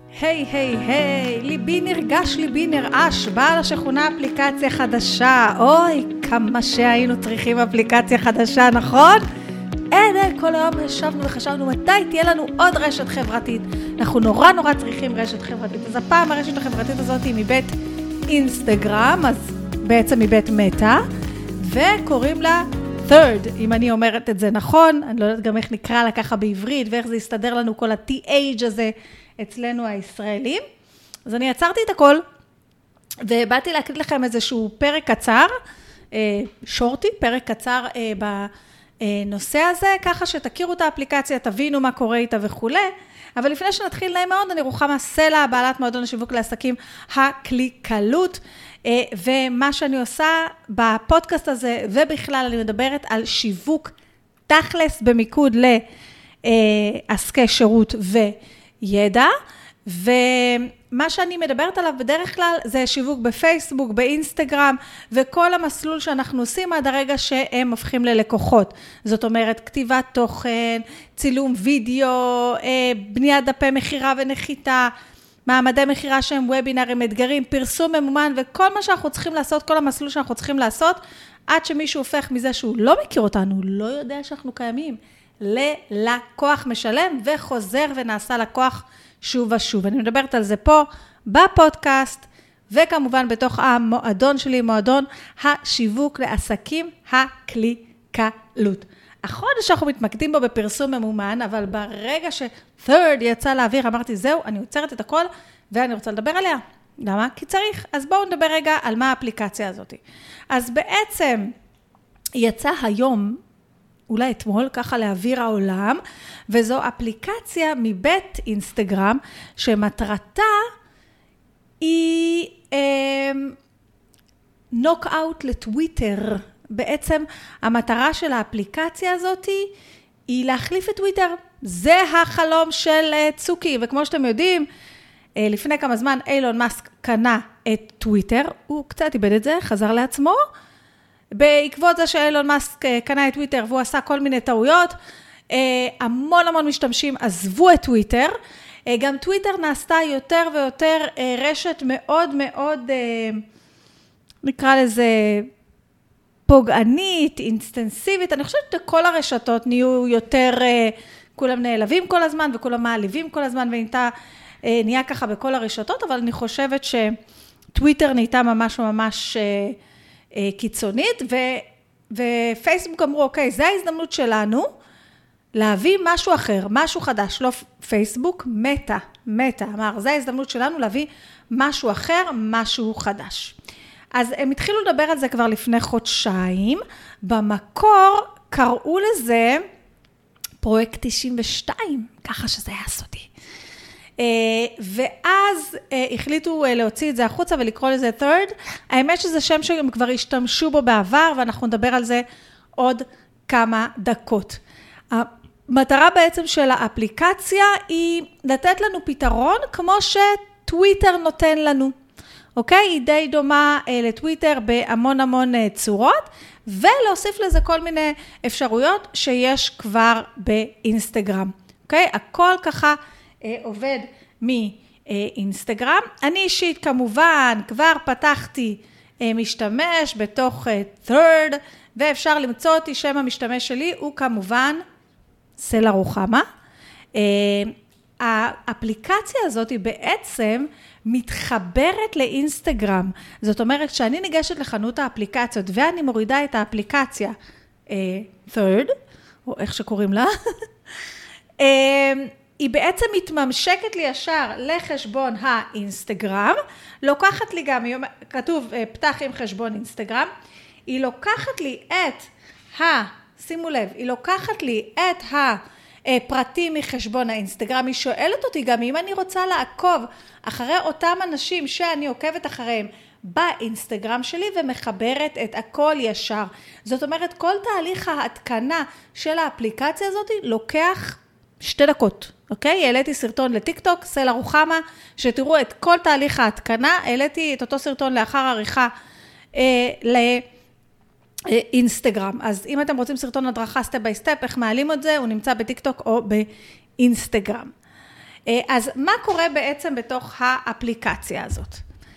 היי, ליבי נרגש, ליבי נרעש, באה לשכונה אפליקציה חדשה, אוי, כמה שהיינו צריכים אפליקציה חדשה, נכון? אין, כל היום ישבנו וחשבנו מתי תהיה לנו עוד רשת חברתית, אנחנו נורא צריכים רשת חברתית, אז הפעם הרשת החברתית הזאת היא מבית אינסטגרם, אז בעצם מבית מטא, וקוראים לה third, אם אני אומרת את זה נכון, אני לא יודעת גם איך נקרא לה ככה בעברית, ואיך זה יסתדר לנו כל ה-TH הזה, אצלנו הישראלים. אז אני עצרתי את הכל, ובאתי להקליט לכם איזשהו פרק קצר, שורטי, פרק קצר בנושא הזה, ככה שתכירו את האפליקציה, תבינו מה קורה איתה וכו'. אבל לפני שנתחיל נעים מאוד, אני רוחמה סלע, בעלת מועדון השיווק לעסקים הקליקלות, ומה שאני עושה בפודקאסט הזה, ובכלל אני מדברת על שיווק תכלס במיקוד לעסקי שירות ידע, ומה שאני מדברת עליו בדרך כלל זה שיווק בפייסבוק, באינסטגרם, וכל המסלול שאנחנו עושים עד הרגע שהם הופכים ללקוחות. זאת אומרת, כתיבת תוכן, צילום וידאו, בניית דפי מחירה ונחיתה, מעמדי מחירה שהם וובינרים, אתגרים, פרסום ממומן, וכל מה שאנחנו צריכים לעשות, כל המסלול שאנחנו צריכים לעשות, עד שמישהו הופך מזה שהוא לא מכיר אותנו, לא יודע שאנחנו קיימים, ללקוח משלם וחוזר ונעשה לקוח שוב ושוב. אני מדברת על זה פה בפודקאסט, וכמובן בתוך המועדון שלי, מועדון השיווק לעסקים הקליקלות. החודש אנחנו מתמקדים בו בפרסום ממומן, אבל ברגע ש-third יצא לאוויר, אמרתי זהו, אני עוצרת את הכל ואני רוצה לדבר עליה. למה? כי צריך. אז בואו נדבר רגע על מה האפליקציה הזאת. אז בעצם יצא היום, אולי אתמול, ככה לאוויר העולם, וזו אפליקציה מבית אינסטגרם, שמטרתה היא נוקאוט לטוויטר. בעצם המטרה של האפליקציה הזאת היא להחליף את טוויטר. זה החלום של צוקי, וכמו שאתם יודעים, לפני כמה זמן אילון מאסק קנה את טוויטר, הוא קצת איבד את זה, חזר לעצמו, בעקבות זה שאילון מאסק קנה את טוויטר והוא עשה כל מיני טעויות, המון משתמשים עזבו את טוויטר, גם טוויטר נעשתה יותר ויותר רשת מאוד נקרא לזה פוגענית, אינסטנסיבית, אני חושבת שכל הרשתות נהיו יותר, כולם נעלבים כל הזמן וכולם מעליבים כל הזמן ונהיה ככה בכל הרשתות, אבל אני חושבת שטוויטר נהייתה ממש קיצונית, ופייסבוק אמרו, אוקיי, זה ההזדמנות שלנו, להביא משהו אחר, משהו חדש, לא פייסבוק, מטא, אמר, זה ההזדמנות שלנו להביא משהו אחר, משהו חדש. אז הם התחילו לדבר על זה כבר לפני חודשיים, במקור קראו לזה פרויקט 92, ככה שזה היה סודי. ואז החליטו להוציא את זה החוצה ולקרוא לזה third. האמת שזה שם שהם כבר השתמשו בו בעבר, ואנחנו נדבר על זה עוד כמה דקות. המטרה בעצם של האפליקציה היא לתת לנו פתרון כמו שטוויטר נותן לנו. אוקיי? היא די דומה לטוויטר בהמון צורות, ולהוסיף לזה כל מיני אפשרויות שיש כבר באינסטגרם. אוקיי? הכל ככה עובד מאינסטגרם. אני אישית כמובן כבר פתחתי משתמש בתוך third, ואפשר למצוא אותי, שם המשתמש שלי הוא כמובן סלע רוחמה. האפליקציה הזאת היא בעצם מתחברת לאינסטגרם. זאת אומרת, כשאני ניגשת לחנות האפליקציות ואני מורידה את האפליקציה third, או איך שקוראים לה, היא בעצם מתממשקת לי ישר לחשבון האינסטגרם, לוקחת לי גם, כתוב פתח עם חשבון אינסטגרם, היא לוקחת לי שימו לב, היא לוקחת לי את הפרטים מחשבון האינסטגרם, היא שואלת אותי גם אם אני רוצה לעקוב אחרי אותם אנשים שאני עוקבת אחריהם באינסטגרם שלי ומחברת את הכל ישר. זאת אומרת, כל תהליך ההתקנה של האפליקציה הזאת לוקח 2 דקות, אוקיי? העליתי סרטון לטיק-טוק, סלע רוחמה, שתראו את כל תהליך ההתקנה, העליתי את אותו סרטון לאחר עריכה לאינסטגרם. אז אם אתם רוצים סרטון הדרכה סטפ ביי סטפ, איך מעלים את זה, הוא נמצא בטיק-טוק או באינסטגרם. אז מה קורה בעצם בתוך האפליקציה הזאת?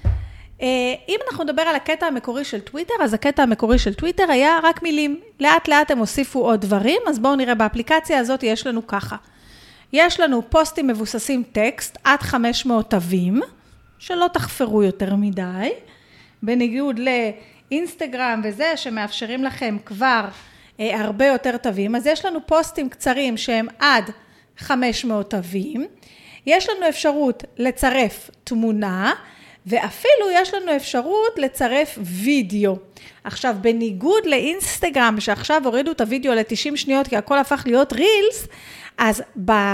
אם אנחנו נדבר על הקטע המקורי של טוויטר, אז הקטע המקורי של טוויטר היה רק מילים. לאט לאט הם הוסיפו עוד דברים, אז בואו נראה באפליקציה הזאת יש לנו ככה. יש לנו פוסטים מבוססים טקסט עד 500 תווים, שלא תחפרו יותר מדי, בניגוד לאינסטגרם וזה שמאפשרים לכם כבר הרבה יותר תווים. אז יש לנו פוסטים קצרים שהם עד 500 תווים, יש לנו אפשרות לצרף תמונה, ואפילו יש לנו אפשרות לצרף וידאו. עכשיו, בניגוד לאינסטגרם, שעכשיו הורידו את הוידאו ל-90 שניות, כי הכל הפך להיות רילס, אז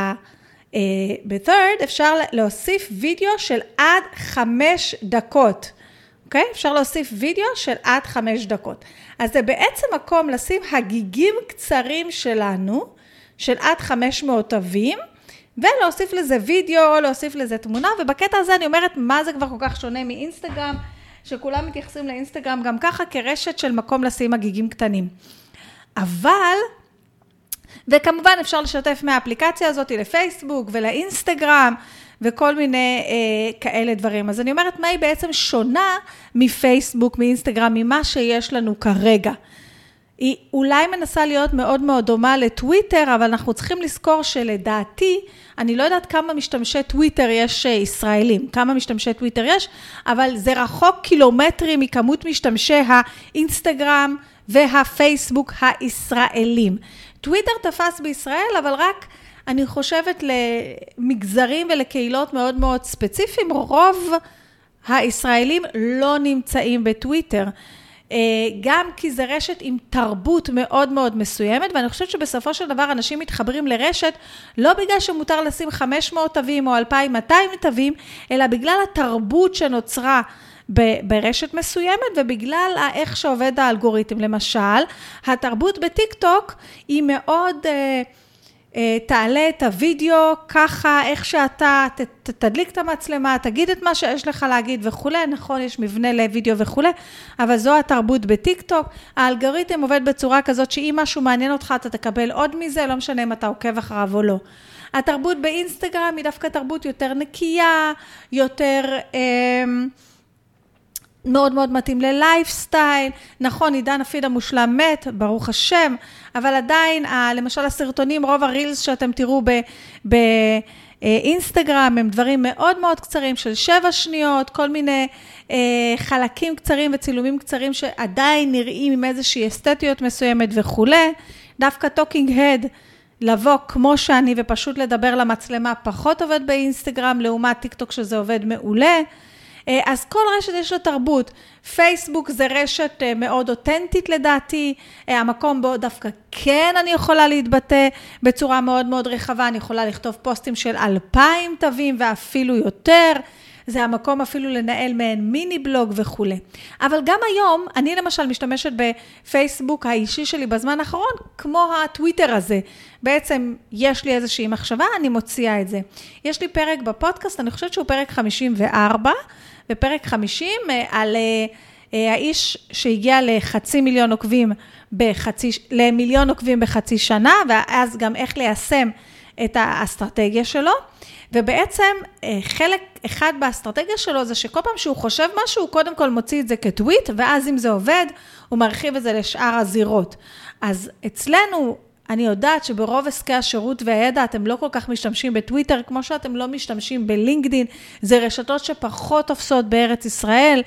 ב-third אפשר להוסיף וידאו של עד 5 דקות. אוקיי? אפשר להוסיף וידאו של עד 5 דקות. אז זה בעצם מקום לשים הגיגים קצרים שלנו, של עד 500 תווים, ולהוסיף לזה וידאו, או להוסיף לזה תמונה, ובקטע הזה אני אומרת, מה זה כבר כל כך שונה מאינסטגרם, שכולם מתייחסים לאינסטגרם גם ככה, כרשת של מקום לשים הגיגים קטנים. אבל, וכמובן אפשר לשתף מהאפליקציה הזאת לפייסבוק ולאינסטגרם, וכל מיני כאלה דברים. אז אני אומרת, מה היא בעצם שונה מפייסבוק, מאינסטגרם, ממה שיש לנו כרגע? היא אולי מנסה להיות מאוד מאוד דומה לטוויטר, אבל אנחנו צריכים לזכור שלדעתי, אני לא יודעת כמה משתמשי טוויטר יש ישראלים, כמה משתמשי טוויטר יש, אבל זה רחוק קילומטרים מכמות משתמשי האינסטגרם והפייסבוק הישראלים. טוויטר תפס בישראל, אבל רק אני חושבת למגזרים ולקהילות מאוד מאוד ספציפיים, רוב הישראלים לא נמצאים בטוויטר. גם כי זה רשת עם תרבות מאוד מאוד מסוימת, ואני חושבת שבסופו של דבר אנשים מתחברים לרשת, לא בגלל שמותר לשים 500 תווים או 2200 תווים, אלא בגלל התרבות שנוצרה ברשת מסוימת, ובגלל איך שעובד האלגוריתם. למשל, התרבות בטיק טוק היא מאוד תעלה את הוידאו ככה, איך שאתה תדליק את המצלמה, תגיד את מה שיש לך להגיד וכו'. נכון, יש מבנה לוידאו וכו', אבל זו התרבות בטיק טוק. האלגוריתם עובד בצורה כזאת שאם משהו מעניין אותך, אתה תקבל עוד מזה, לא משנה אם אתה עוקב אחריו או לא. התרבות באינסטגרם היא דווקא תרבות יותר נקייה, יותר מאוד מאוד מתאים ללייפסטייל. נכון, עידן הפיד המושלם מת, ברוך השם, אבל עדיין, למשל הסרטונים, רוב הרילס שאתם תראו באינסטגרם, הם דברים מאוד מאוד קצרים של 7 שניות, כל מיני חלקים קצרים וצילומים קצרים שעדיין נראים עם איזושהי אסתטיות מסוימת וכו'. דווקא טוקינג הד, לבוא כמו שאני ופשוט לדבר למצלמה, פחות עובד באינסטגרם, לעומת טיק טוק שזה עובד מעולה. אז כל רשת יש לה תרבות. פייסבוק זה רשת מאוד אותנטית לדעתי, המקום בו דווקא כן אני יכולה להתבטא בצורה מאוד מאוד רחבה, אני יכולה לכתוב פוסטים של 2000 תווים ואפילו יותר, זה המקום אפילו לנהל מעין מיני בלוג וכו'. אבל גם היום, אני למשל משתמשת בפייסבוק האישי שלי בזמן האחרון, כמו הטוויטר הזה. בעצם יש לי איזושהי מחשבה, אני מוציאה את זה. יש לי פרק בפודקאסט, אני חושבת שהוא פרק 54, ופרק 50 על האיש שהגיע ל500,000 עוקבים למיליון עוקבים בחצי שנה, ואז גם איך ליישם את האסטרטגיה שלו. ובעצם חלק אחד באסטרטגיה שלו זה שכל פעם שהוא חושב משהו, הוא קודם כל מוציא את זה כטוויט, ואז אם זה עובד, הוא מרחיב את זה לשאר הזירות. אז אצלנו, אני יודעת שברוב עסקי השירות והידע, אתם לא כל כך משתמשים בטוויטר, כמו שאתם לא משתמשים בלינקדין, זה רשתות שפחות תופסות בארץ ישראל.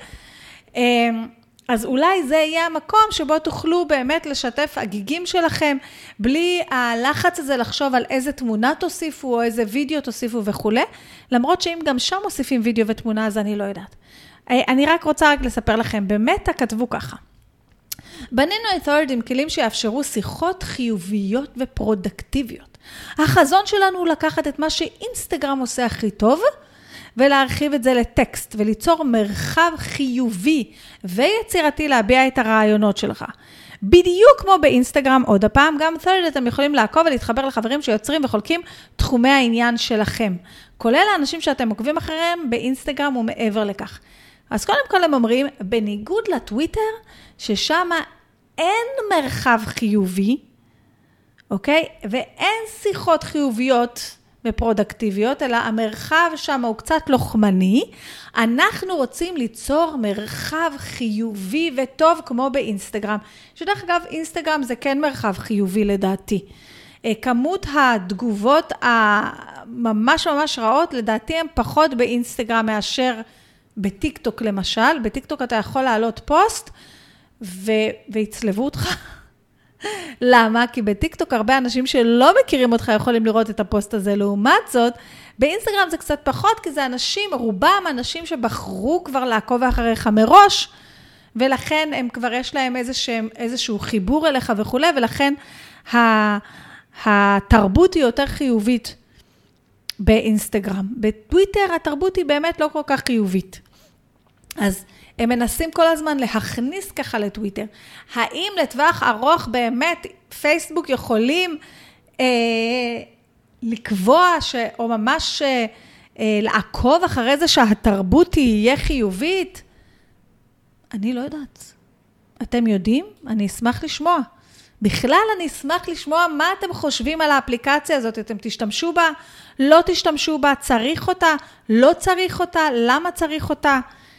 אז אולי זה יהיה המקום שבו תוכלו באמת לשתף הגיגים שלכם, בלי הלחץ הזה לחשוב על איזה תמונה תוסיפו, או איזה וידאו תוסיפו וכו'. למרות שאם גם שם מוסיפים וידאו ותמונה, אז אני לא יודעת. אני רק רוצה לספר לכם, באמת כתבו ככה. בנינו את third עם כלים שיאפשרו שיחות חיוביות ופרודקטיביות. החזון שלנו הוא לקחת את מה שאינסטגרם עושה הכי טוב, ולהרחיב את זה לטקסט, וליצור מרחב חיובי ויצירתי להביע את הרעיונות שלך. בדיוק כמו באינסטגרם, עוד הפעם, גם third אתם יכולים לעקוב ולהתחבר לחברים שיוצרים וחולקים תחומי העניין שלכם. כולל האנשים שאתם עוקבים אחריהם באינסטגרם ומעבר לכך. אז קודם כל הם אומרים, בניגוד לטוויטר, ששם אין מרחב חיובי, אוקיי? ואין שיחות חיוביות ופרודקטיביות, אלא המרחב שם הוא קצת לוחמני. אנחנו רוצים ליצור מרחב חיובי וטוב כמו באינסטגרם. שדרך אגב, אינסטגרם זה כן מרחב חיובי לדעתי. כמות התגובות הממש ממש רעות, לדעתי הן פחות באינסטגרם מאשר בטיקטוק למשל. בטיקטוק אתה יכול להעלות פוסט ויצלבו אותך. למה? כי בטיקטוק הרבה אנשים שלא מכירים אותך יכולים לראות את הפוסט הזה. לעומת זאת, באינסטגרם זה קצת פחות, כי זה אנשים, רובם אנשים שבחרו כבר לעקוב אחריך מראש, ולכן הם כבר יש להם איזשהו חיבור אליך וכו', ולכן התרבות היא יותר חיובית באינסטגרם. בטוויטר התרבות היא באמת לא כל כך חיובית. אז הם מנסים כל הזמן להכניס ככה לטוויטר. האם לטווח ארוך באמת פייסבוק יכולים לקבוע או ממש לעקוב אחרי זה שהתרבות תהיה חיובית? אני לא יודעת. אתם יודעים? אני אשמח לשמוע. בכלל אני אשמח לשמוע מה אתם חושבים על האפליקציה הזאת. אתם תשתמשו בה? לא תשתמשו בה? צריך אותה? לא צריך אותה? למה צריך אותה?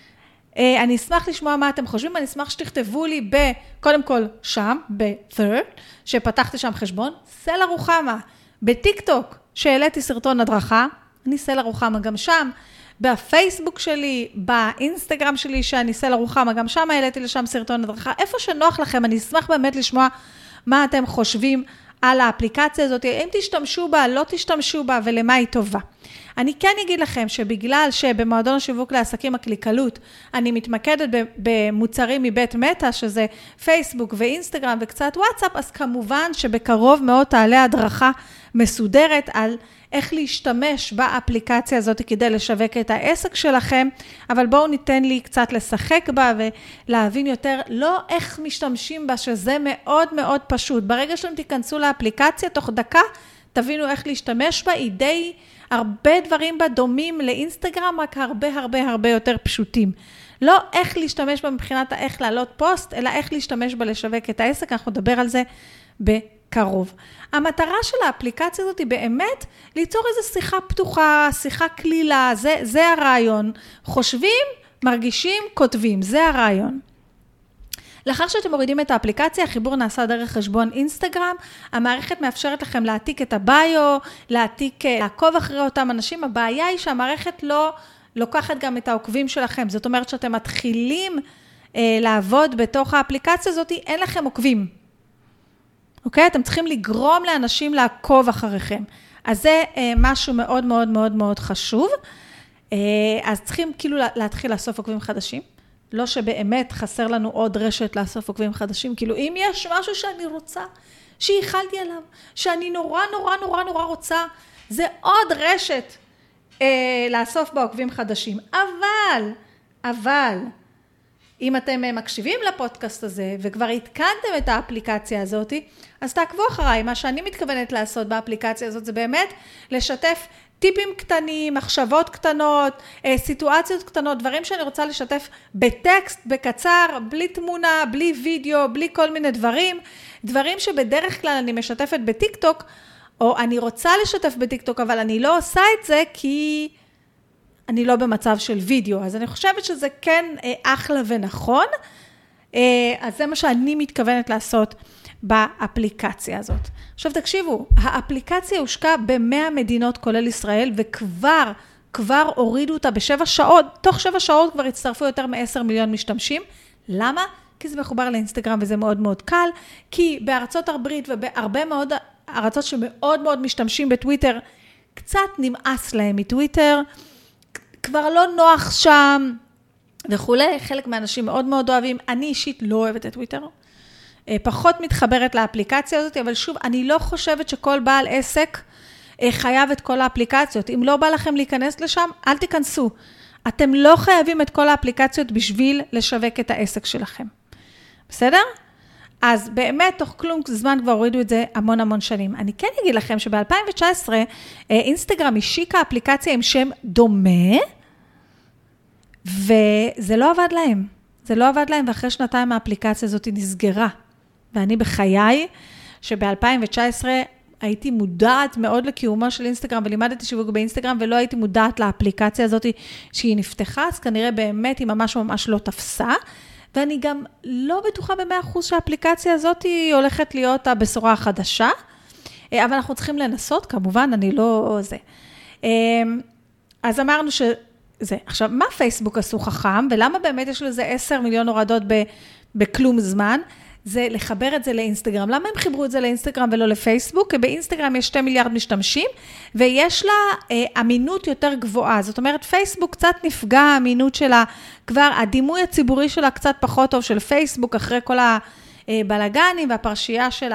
אני אשמח לשמוע מה אתם חושבים, אני אשמח שתכתבו לי קודם כל שם, ב-third, שפתחתי שם חשבון, סלע רוחמה, בטיקטוק, שהעליתי סרטון הדרכה, אני סלע רוחמה גם שם, בפייסבוק שלי, באינסטגרם שלי, שאני סלע רוחמה, גם שם העליתי לשם סרטון הדרכה, איפה שנוח לכם, אני אשמח באמת לשמוע מה אתם חושבים על האפליקציה הזאת, אם תשתמשו בה, לא תשתמשו בה, ולמה היא טובה. אני כן אגיד לכם שבגלל שבמועדון השיווק לעסקים הקליקלות, אני מתמקדת במוצרים מבית מטא, שזה פייסבוק ואינסטגרם וקצת וואטסאפ, אז כמובן שבקרוב מאוד תעלה הדרכה מסודרת על איך להשתמש באפליקציה הזאת כדי לשווק את העסק שלכם, אבל בואו ניתן לי קצת לשחק בה ולהבין יותר לא איך משתמשים בה, שזה מאוד מאוד פשוט. ברגע שאתם תיכנסו לאפליקציה, תוך דקה תבינו איך להשתמש בה, היא די הרבה דברים בה דומים לאינסטגרם, רק הרבה יותר פשוטים. לא איך להשתמש בה מבחינת איך לעלות פוסט, אלא איך להשתמש בה לשווק את העסק, אנחנו נדבר על זה בקרוב. המטרה של האפליקציה הזאת היא באמת ליצור איזו שיחה פתוחה, שיחה כלילה, זה הרעיון. חושבים, מרגישים, כותבים, זה הרעיון. לאחר שאתם מורידים את האפליקציה, החיבור נעשה דרך חשבון אינסטגרם, המערכת מאפשרת לכם להעתיק את הביו, לעקוב אחרי אותם אנשים, הבעיה היא שהמערכת לא לוקחת גם את העוקבים שלכם, זאת אומרת שאתם מתחילים לעבוד בתוך האפליקציה הזאת, אין לכם עוקבים, אוקיי? אתם צריכים לגרום לאנשים לעקוב אחריכם, אז זה משהו מאוד מאוד מאוד מאוד חשוב, אז צריכים כאילו להתחיל לאסוף עוקבים חדשים, לא שבאמת חסר לנו עוד רשת לאסוף עוקבים חדשים, כאילו אם יש משהו שאני רוצה, שהיחלתי עליו, שאני נורא רוצה, זה עוד רשת לאסוף בה עוקבים חדשים. אבל, אם אתם מקשיבים לפודקאסט הזה, וכבר התקנתם את האפליקציה הזאת, אז תעקבו אחריי. מה שאני מתכוונת לעשות באפליקציה הזאת, זה באמת לשתף טיפים קטנים, מחשבות קטנות, סיטואציות קטנות, דברים שאני רוצה לשתף בטקסט, בקצר, בלי תמונה, בלי וידאו, בלי כל מיני דברים שבדרך כלל אני משתפת בטיקטוק, או אני רוצה לשתף בטיקטוק, אבל אני לא עושה את זה כי אני לא במצב של וידאו. אז אני חושבת שזה כן אחלה ונכון, אז זה מה שאני מתכוונת לעשות באפליקציה הזאת. עכשיו תקשיבו, האפליקציה הושקה ב100 מדינות כולל ישראל, וכבר הורידו אותה ב7 שעות, תוך 7 שעות כבר הצטרפו יותר מ10 מיליון משתמשים. למה? כי זה מחובר לאינסטגרם וזה מאוד מאוד קל, כי בארצות הברית ובהרבה מאוד ארצות שמאוד מאוד משתמשים בטוויטר, קצת נמאס להם מטוויטר, כבר לא נוח שם וכולי, חלק מהאנשים מאוד מאוד אוהבים, אני אישית לא אוהבת את טוויטר, פחות מתחברת לאפליקציה הזאת, אבל שוב, אני לא חושבת שכל בעל עסק חייב את כל האפליקציות. אם לא בא לכם להיכנס לשם, אל תיכנסו. אתם לא חייבים את כל האפליקציות בשביל לשווק את העסק שלכם. בסדר? אז באמת, תוך כלום זמן כבר הורידו את זה המון שנים. אני כן אגיד לכם שב-2019, אינסטגרם השיקה אפליקציה עם שם דומה, וזה לא עבד להם. זה לא עבד להם, ואחרי שנתיים האפליקציה הזאת נסגרה. ואני בחיי, שב-2019 הייתי מודעת מאוד לקיומו של אינסטגרם, ולימדתי שיווק באינסטגרם, ולא הייתי מודעת לאפליקציה הזאת שהיא נפתחה, אז כנראה באמת היא ממש ממש לא תפסה, ואני גם לא בטוחה ב100% שהאפליקציה הזאת הולכת להיות הבשורה החדשה, אבל אנחנו צריכים לנסות, כמובן, אני לא זה. אז אמרנו שזה. עכשיו, מה פייסבוק עשו חכם, ולמה באמת יש לזה 10 מיליון הורדות בכלום זמן? זה לחבר את זה לאינסטגרם. למה הם חיברו את זה לאינסטגרם ולא לפייסבוק? כי באינסטגרם יש 2 מיליארד משתמשים, ויש לה אמינות יותר גבוהה. זאת אומרת, פייסבוק קצת נפגע האמינות שלה, כבר הדימוי הציבורי שלה קצת פחות טוב של פייסבוק, אחרי כל הבלגנים והפרשייה של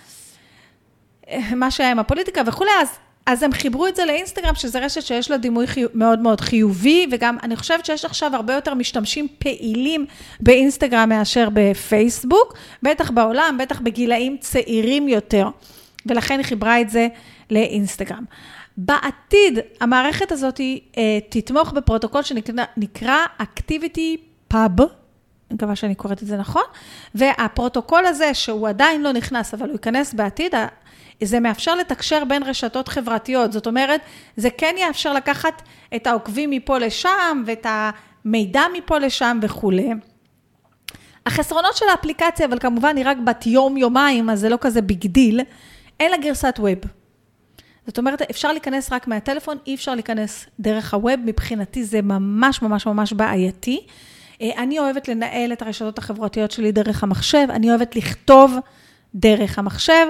מה שהיה עם הפוליטיקה וכו'. אז הם חיברו את זה לאינסטגרם, שזה רשת שיש לה דימוי מאוד מאוד חיובי, וגם אני חושבת שיש עכשיו הרבה יותר משתמשים פעילים באינסטגרם מאשר בפייסבוק, בטח בעולם, בטח בגילאים צעירים יותר, ולכן היא חיברה את זה לאינסטגרם. בעתיד, המערכת הזאת תתמוך בפרוטוקול שנקרא Activity Pub, אני מקווה שאני קוראת את זה נכון, והפרוטוקול הזה שהוא עדיין לא נכנס, אבל הוא ייכנס בעתיד, זה מאפשר לתקשר בין רשתות חברתיות, זאת אומרת, זה כן יאפשר לקחת את העוקבים מפה לשם, ואת המידע מפה לשם וכו'. החסרונות של האפליקציה, אבל כמובן היא רק בת יום-יומיים, אז זה לא כזה ביג דיל, אין לה גרסת ווב. זאת אומרת, אפשר להיכנס רק מהטלפון, אי אפשר להיכנס דרך הווב, מבחינתי זה ממש ממש ממש בעייתי. אני אוהבת לנהל את הרשתות החברתיות שלי דרך המחשב, אני אוהבת לכתוב דרך המחשב,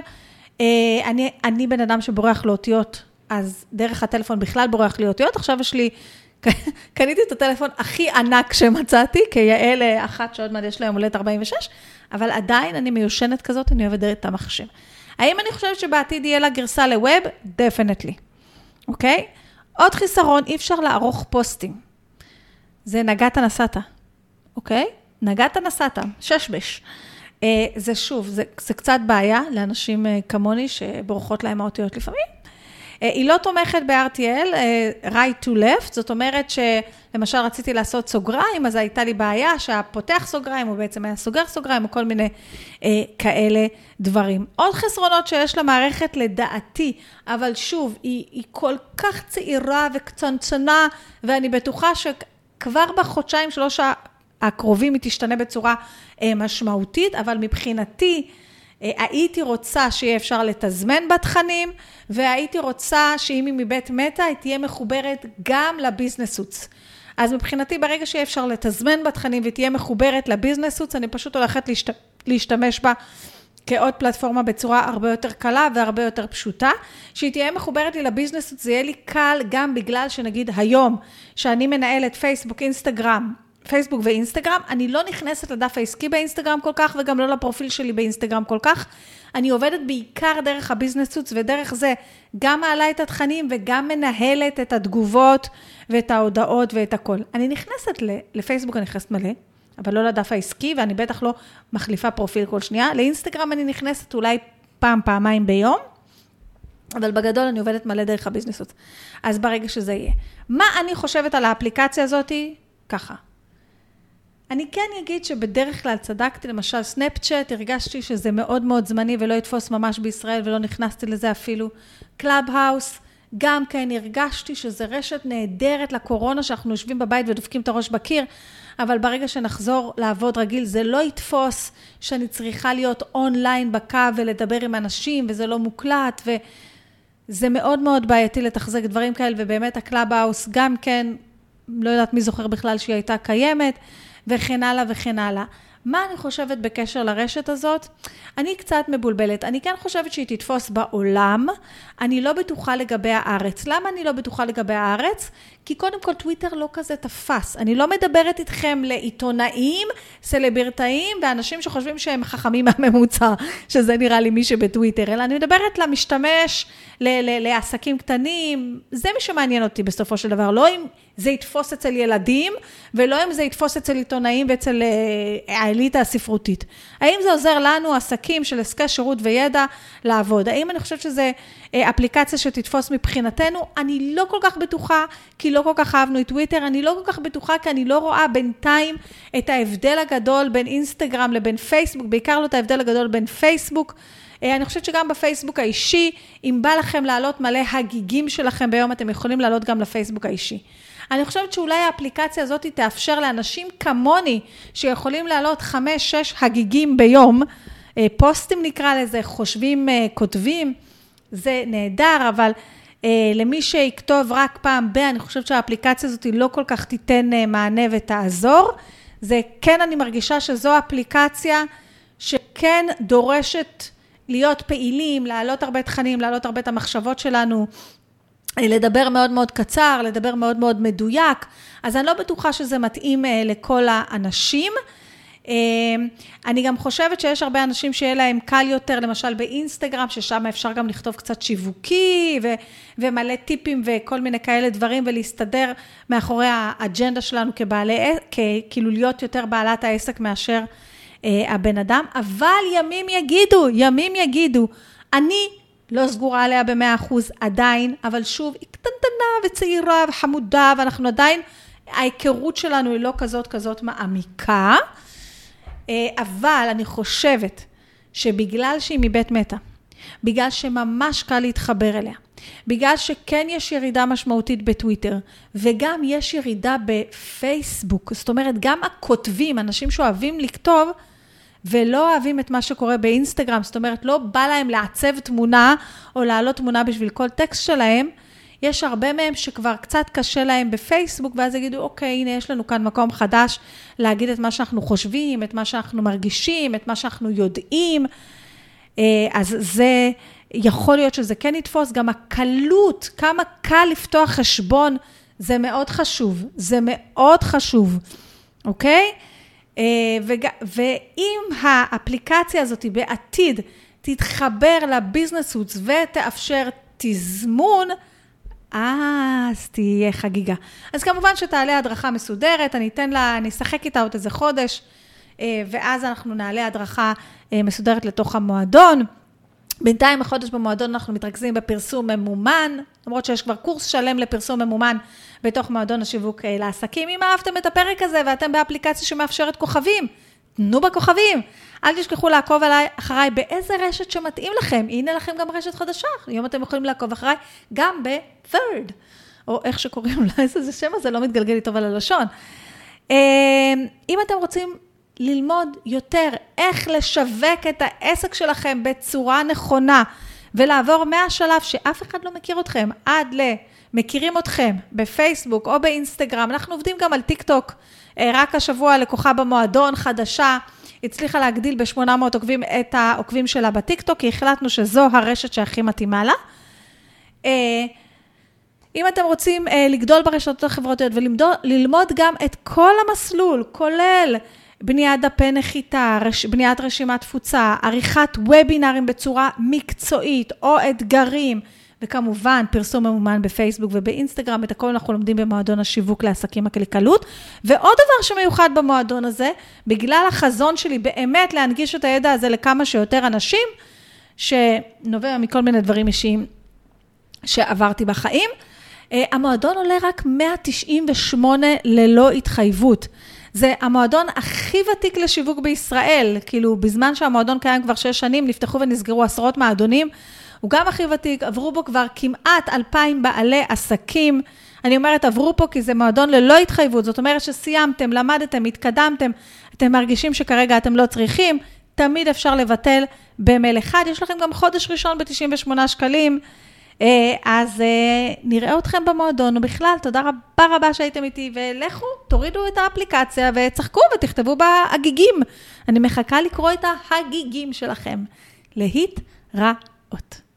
אני בן אדם שבורח לאותיות, אז דרך הטלפון בכלל בורח לאותיות, עכשיו יש לי, קניתי את הטלפון הכי ענק שמצאתי, כיעל אחת שעוד מעט יש לה יום הולדת 46, אבל עדיין אני מיושנת כזאת, אני אוהבת דרך המחשב. האם אני חושבת שבעתיד יהיה לה גרסה לווב? Definitely. אוקיי? עוד חיסרון, אי אפשר לערוך פוסטים. זה נגעת נסעת. אוקיי? נגעת נסעת, ששבש. זה שוב, זה קצת בעיה לאנשים כמוני שבורחות להם האותיות לפעמים. היא לא תומכת ב-RTL, right to left, זאת אומרת שלמשל רציתי לעשות סוגריים, אז הייתה לי בעיה שהפותח סוגריים, הוא בעצם היה סוגר סוגריים, או כל מיני כאלה דברים. עוד חסרונות שיש למערכת לדעתי, אבל שוב, היא כל כך צעירה וקצנצנה, ואני בטוחה שכבר בחודשיים, 3 הקרובים היא תשתנה בצורה משמעותית, אבל מבחינתי הייתי רוצה שיהיה אפשר לתזמן בתכנים, והייתי רוצה שאם היא מבית מטה, היא תהיה מחוברת גם לביזנסוץ. אז מבחינתי ברגע שיהיה אפשר לתזמן בתכנים ותהיה מחוברת לביזנסוץ, אני פשוט הולכת להשתמש בה כעוד פלטפורמה בצורה הרבה יותר קלה והרבה יותר פשוטה. שהיא תהיה מחוברת לי לביזנסות, זה יהיה לי קל גם בגלל שנגיד היום, שאני מנהלת פייסבוק ואינסטגרם, אני לא נכנסת לדף העסקי באינסטגרם כל כך, וגם לא לפרופיל שלי באינסטגרם כל כך. אני עובדת בעיקר דרך הביזנסות, ודרך זה גם מעלה את התכנים, וגם מנהלת את התגובות, ואת ההודעות ואת הכל. אני נכנסת לפייסבוק, אני נכנסת מלא, אבל לא לדף העסקי, ואני בטח לא מחליפה פרופיל כל שנייה. לאינסטגרם אני נכנסת אולי פעמיים ביום, אבל בגדול אני עובדת מלא דרך הביזנסות. אז ברגע שזה יהיה. מה אני חושבת על האפליקציה הזאת? ככה. אני כן אגיד שבדרך כלל צדקתי, למשל סנאפצ'אט, הרגשתי שזה מאוד מאוד זמני ולא יתפוס ממש בישראל, ולא נכנסתי לזה אפילו. קלאבהאוס, גם כן הרגשתי שזה רשת נהדרת לקורונה, שאנחנו יושבים בבית ודופקים את הראש בקיר, אבל ברגע שנחזור לעבוד רגיל, זה לא יתפוס שאני צריכה להיות אונליין בקו ולדבר עם אנשים, וזה לא מוקלט, וזה מאוד מאוד בעייתי לתחזק דברים כאלה, ובאמת הקלאבהאוס גם כן, לא יודעת מי זוכר בכלל שהיא הייתה קיימת, וכן הלאה וכן הלאה. מה אני חושבת בקשר לרשת הזאת? אני קצת מבולבלת. אני כן חושבת שהיא תתפוס בעולם. אני לא בטוחה לגבי הארץ. למה אני לא בטוחה לגבי הארץ? כי קודם כל טוויטר לא כזה תפס. אני לא מדברת איתכם לעיתונאים, סלבריטאים, ואנשים שחושבים שהם חכמים מהממוצע, שזה נראה לי מי שבטוויטר, אלא אני מדברת למשתמש, לעסקים קטנים. זה מי שמעניין אותי בסופו של דבר. לא אם זה יתפוס אצל ילדים, ולא אם זה יתפוס אצל עיתונאים ואצל האליטה הספרותית. האם זה עוזר לנו, עסקים של עסקי שירות וידע, לעבוד? האם אני חושבת שזה אפליקציה שתתפוס מבחינתנו? אני לא כל כך בטוחה, כי לא כל כך אהבנו את טוויטר, אני לא כל כך בטוחה, כי אני לא רואה בינתיים את ההבדל הגדול בין אינסטגרם לבין פייסבוק, בעיקר לא את ההבדל הגדול בין פייסבוק אני חושבת שגם בפייסבוק האישי, אם בא לכם לעלות מלא הגיגים שלכם ביום, אתם יכולים לעלות גם לפייסבוק האישי. אני חושבת שאולי האפליקציה הזאת תאפשר לאנשים כמוני, שיכולים לעלות 5-6 הגיגים ביום, פוסטים נקרא לזה, חושבים, כותבים, זה נהדר, אבל למי שיכתוב רק פעם אני חושבת שהאפליקציה הזאת לא כל כך תיתן מענה ותעזור. זה כן, אני מרגישה שזו אפליקציה שכן דורשת להיות פעילים, להעלות הרבה תכנים, להעלות הרבה את המחשבות שלנו, לדבר מאוד מאוד קצר, לדבר מאוד מאוד מדויק, אז אני לא בטוחה שזה מתאים לכל האנשים. אני גם חושבת שיש הרבה אנשים שיהיה להם קל יותר, למשל באינסטגרם, ששם אפשר גם לכתוב קצת שיווקי, ומלא טיפים וכל מיני כאלה דברים, ולהסתדר מאחורי האג'נדה שלנו כאילו להיות יותר בעלת העסק מאשר הבן אדם, אבל ימים יגידו, אני לא סגורה עליה ב100% עדיין, אבל שוב, היא קטנטנה וצעירה וחמודה, ואנחנו עדיין, ההיכרות שלנו היא לא כזאת מעמיקה, אבל אני חושבת שבגלל שהיא מבית מטה, בגלל שממש קל להתחבר אליה, בגלל שכן יש ירידה משמעותית בטוויטר, וגם יש ירידה בפייסבוק, זאת אומרת, גם הכותבים, אנשים שאוהבים לכתוב, ולא אוהבים את מה שקורה באינסטגרם, זאת אומרת, לא בא להם לעצב תמונה, או להעלות תמונה בשביל כל טקסט שלהם, יש הרבה מהם שכבר קצת קשה להם בפייסבוק, ואז יגידו, אוקיי, הנה יש לנו כאן מקום חדש, להגיד את מה שאנחנו חושבים, את מה שאנחנו מרגישים, את מה שאנחנו יודעים, אז זה יכול להיות שזה כן יתפוס, גם הקלות, כמה קל לפתוח חשבון, זה מאוד חשוב, אוקיי? ואם האפליקציה הזאת בעתיד תתחבר לביזנס הוץ ותאפשר תזמון, אז תהיה חגיגה. אז כמובן שתעלה הדרכה מסודרת, אני אשחק איתה עוד איזה חודש, ואז אנחנו נעלה הדרכה מסודרת לתוך המועדון. בינתיים החודש במועדון אנחנו מתרכזים בפרסום ממומן, למרות שיש כבר קורס שלם לפרסום ממומן בתוך מועדון השיווק לעסקים. אם אהבתם את הפרק הזה ואתם באפליקציה שמאפשרת כוכבים, תנו בכוכבים. אל תשכחו לעקוב אחריי באיזה רשת שמתאים לכם. הנה לכם גם רשת חדשה. היום אתם יכולים לעקוב אחריי גם ב-Third, או איך שקוראים לה, איזה שם הזה לא מתגלגל לי טוב על הלשון. אם אתם רוצים ללמוד יותר איך לשווק את העסק שלכם בצורה נכונה, ולעבור מהשלב שאף אחד לא מכיר אתכם, עד מכירים אתכם בפייסבוק או באינסטגרם, אנחנו עובדים גם על טיק טוק, רק השבוע לקוחה במועדון חדשה, הצליחה להגדיל ב-800 עוקבים את העוקבים שלה בטיק טוק, כי החלטנו שזו הרשת שהכי מתאימה לה. אם אתם רוצים לגדול ברשתות החברתיות וללמוד גם את כל המסלול, כולל בניית דפי נחיתה, בניית רשימת תפוצה, עריכת וובינרים בצורה מקצועית או אתגרים, וכמובן פרסום ממומן בפייסבוק ובאינסטגרם, את הכל אנחנו לומדים במועדון השיווק לעסקים הקלקלות. ועוד דבר שמיוחד במועדון הזה, בגלל החזון שלי באמת להנגיש את הידע הזה לכמה שיותר אנשים, שנובע מכל מיני דברים אישיים שעברתי בחיים, המועדון עולה רק 198 ללא התחייבות. זה המועדון הכי ותיק לשיווק בישראל, כאילו בזמן שהמועדון קיים כבר 6 שנים, נפתחו ונסגרו עשרות מועדונים, הוא גם הכי ותיק, עברו בו כבר כמעט 2,000 בעלי עסקים, אני אומרת עברו פה כי זה מועדון ללא התחייבות, זאת אומרת שסיימתם, למדתם, התקדמתם, אתם מרגישים שכרגע אתם לא צריכים, תמיד אפשר לבטל במייל אחד, יש לכם גם חודש ראשון ב-98 שקלים, אז נראה אתכם במועדון, ובכלל, תודה רבה שהייתם איתי, ולכו, תורידו את האפליקציה, וצחקו ותכתבו בהגיגים. אני מחכה לקרוא את ההגיגים שלכם. להתראות.